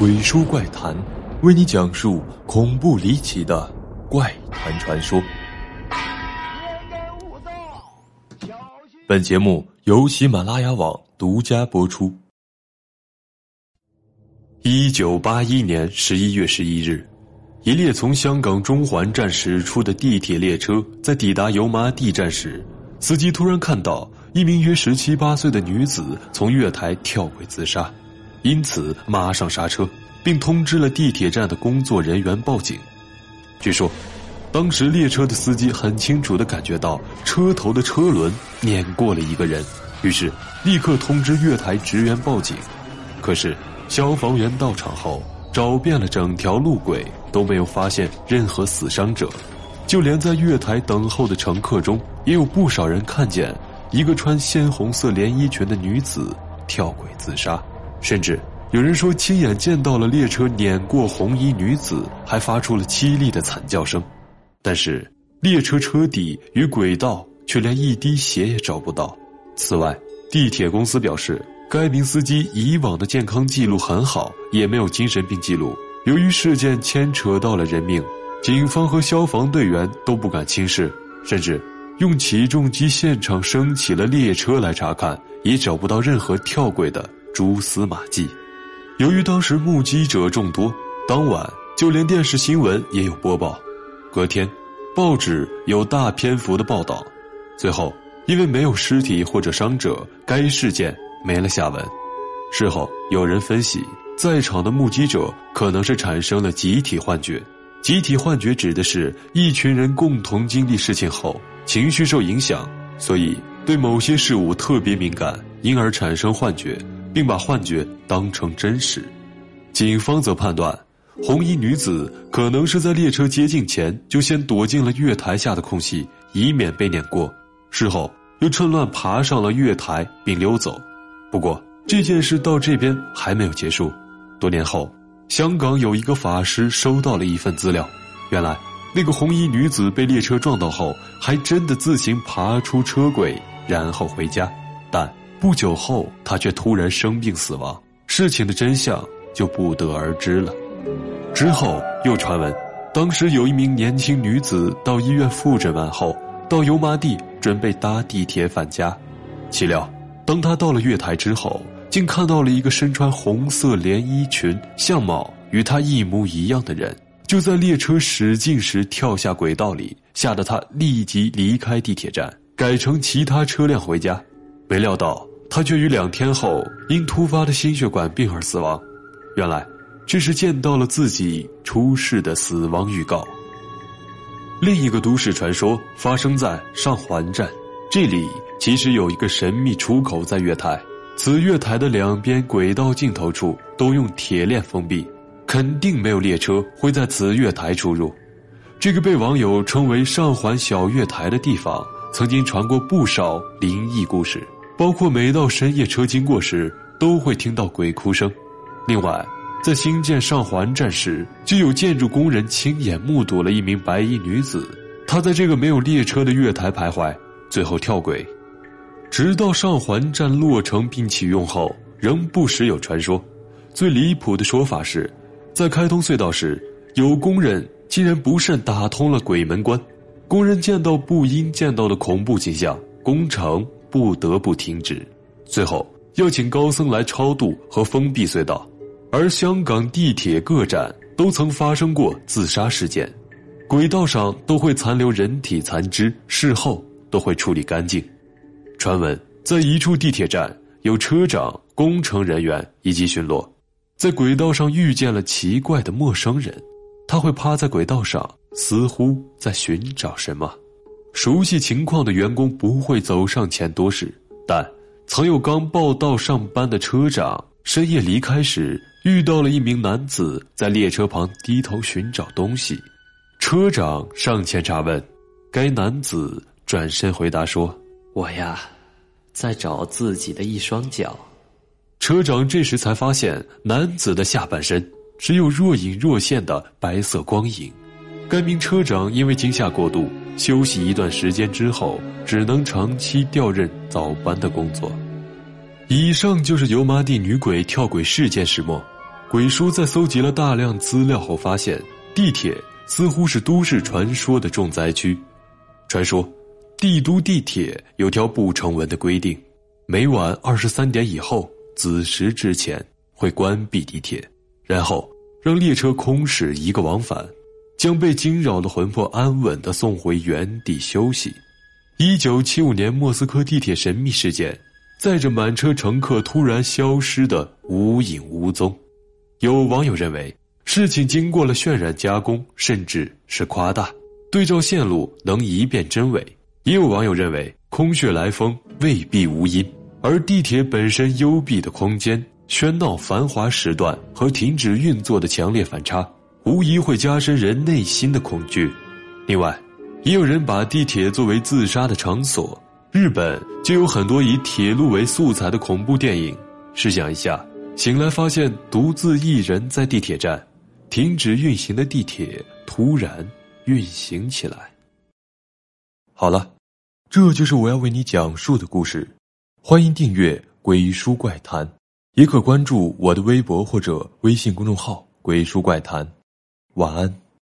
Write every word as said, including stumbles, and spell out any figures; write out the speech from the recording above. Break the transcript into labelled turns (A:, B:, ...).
A: 鬼说怪谈，为你讲述恐怖离奇的怪谈传说。本节目由喜马拉雅网独家播出。一九八一年十一月十一日，一列从香港中环站驶出的地铁列车在抵达油麻地站时，司机突然看到一名约十七八岁的女子从月台跳轨自杀，因此马上刹车，并通知了地铁站的工作人员报警。据说当时列车的司机很清楚地感觉到车头的车轮碾过了一个人，于是立刻通知月台职员报警。可是消防员到场后找遍了整条路轨，都没有发现任何死伤者，就连在月台等候的乘客中，也有不少人看见一个穿鲜红色连衣裙的女子跳轨自杀，甚至有人说亲眼见到了列车碾过红衣女子，还发出了凄厉的惨叫声。但是列车车底与轨道却连一滴血也找不到。此外，地铁公司表示，该名司机以往的健康记录很好，也没有精神病记录。由于事件牵扯到了人命，警方和消防队员都不敢轻视，甚至用起重机现场升起了列车来查看，也找不到任何跳轨的蛛丝马迹。由于当时目击者众多，当晚就连电视新闻也有播报，隔天报纸有大篇幅的报道。最后因为没有尸体或者伤者，该事件没了下文。事后有人分析，在场的目击者可能是产生了集体幻觉。集体幻觉指的是一群人共同经历事情后，情绪受影响，所以对某些事物特别敏感，因而产生幻觉，并把幻觉当成真实。警方则判断，红衣女子可能是在列车接近前就先躲进了月台下的空隙，以免被碾过，事后又趁乱爬上了月台并溜走。不过这件事到这边还没有结束。多年后，香港有一个法师收到了一份资料，原来那个红衣女子被列车撞到后，还真的自行爬出车轨，然后回家。但不久后她却突然生病死亡，事情的真相就不得而知了。之后又传闻，当时有一名年轻女子到医院复诊完后，到油麻地准备搭地铁返家，岂料当她到了月台之后，竟看到了一个身穿红色连衣裙、相貌与她一模一样的人，就在列车驶近时跳下轨道里，吓得她立即离开地铁站，改乘其他车辆回家。没料到她却于两天后因突发的心血管病而死亡。原来这是见到了自己出事的死亡预告。另一个都市传说发生在上环站，这里其实有一个神秘出口在月台，此月台的两边轨道尽头处都用铁链封闭，肯定没有列车会在此月台出入。这个被网友称为上环小月台的地方，曾经传过不少灵异故事，包括每到深夜车经过时都会听到鬼哭声。另外，在兴建上环站时，就有建筑工人亲眼目睹了一名白衣女子，她在这个没有列车的月台徘徊，最后跳轨。直到上环站落成并启用后，仍不时有传说。最离谱的说法是，在开通隧道时，有工人竟然不慎打通了鬼门关，工人见到不应见到的恐怖景象，工程不得不停止，最后要请高僧来超度和封闭隧道。而香港地铁各站都曾发生过自杀事件，轨道上都会残留人体残肢，事后都会处理干净。传闻在一处地铁站，有车长、工程人员以及巡逻，在轨道上遇见了奇怪的陌生人，他会趴在轨道上，似乎在寻找什么。熟悉情况的员工不会走上前多事，但曾有刚报到上班的车长深夜离开时，遇到了一名男子在列车旁低头寻找东西。车长上前查问，该男子转身回答说，
B: 我呀，在找自己的一双脚。
A: 车长这时才发现男子的下半身只有若隐若现的白色光影。该名车长因为惊吓过度，休息一段时间之后，只能长期调任早班的工作。以上就是油麻地女鬼跳轨事件始末。 鬼叔在搜集了大量资料后发现，地铁似乎是都市传说的重灾区。传说帝都地铁有条不成文的规定，每晚二十三点以后子时之前会关闭地铁，然后让列车空驶一个往返，将被惊扰的魂魄安稳地送回原地休息。一九七五年莫斯科地铁神秘事件，载着满车乘客突然消失的无影无踪。有网友认为事情经过了渲染加工，甚至是夸大，对照线路能一辨真伪。也有网友认为空穴来风，未必无因，而地铁本身幽闭的空间、喧闹繁华时段和停止运作的强烈反差，无疑会加深人内心的恐惧。另外，也有人把地铁作为自杀的场所，日本就有很多以铁路为素材的恐怖电影。试想一下，醒来发现独自一人在地铁站，停止运行的地铁突然运行起来。好了，这就是我要为你讲述的故事。欢迎订阅鬼叔怪谈，也可关注我的微博或者微信公众号鬼叔怪谈。晚安。